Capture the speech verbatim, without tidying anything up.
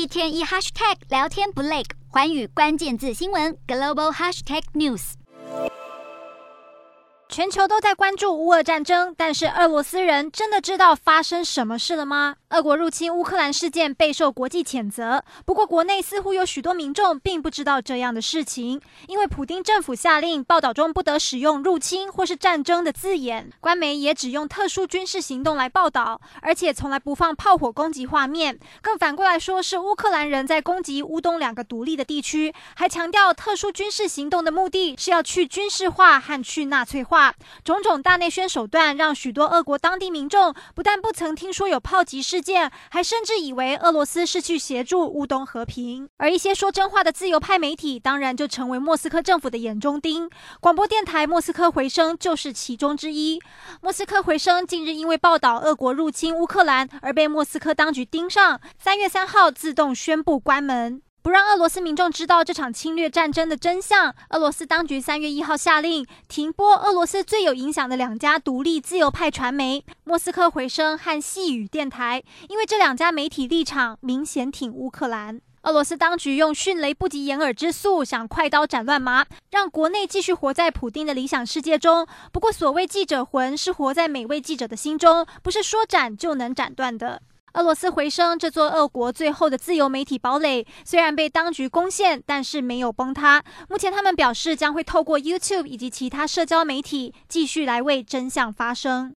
天一 hashtag 聊天不累，寰宇关键字新闻 global hashtag news。 全球都在关注乌俄战争，但是俄罗斯人真的知道发生什么事了吗？俄国入侵乌克兰事件备受国际谴责，不过国内似乎有许多民众并不知道这样的事情，因为普丁政府下令报道中不得使用入侵或是战争的字眼，官媒也只用特殊军事行动来报道，而且从来不放炮火攻击画面，更反过来说是乌克兰人在攻击乌东两个独立的地区，还强调特殊军事行动的目的是要去军事化和去纳粹化。种种大内宣手段让许多俄国当地民众不但不曾听说有炮击事件，还甚至以为俄罗斯是去协助乌东和平。而一些说真话的自由派媒体当然就成为莫斯科政府的眼中钉，广播电台莫斯科回声就是其中之一。莫斯科回声近日因为报道俄国入侵乌克兰而被莫斯科当局盯上，三月三号自动宣布关门，不让俄罗斯民众知道这场侵略战争的真相。俄罗斯当局三月一号下令停播俄罗斯最有影响的两家独立自由派传媒莫斯科回声和细语电台，因为这两家媒体立场明显挺乌克兰。俄罗斯当局用迅雷不及掩耳之速想快刀斩乱麻，让国内继续活在普丁的理想世界中。不过所谓记者魂是活在每位记者的心中，不是说斩就能斩断的。俄罗斯回声这座俄国最后的自由媒体堡垒，虽然被当局攻陷，但是没有崩塌。目前他们表示将会透过 YouTube 以及其他社交媒体继续来为真相发声。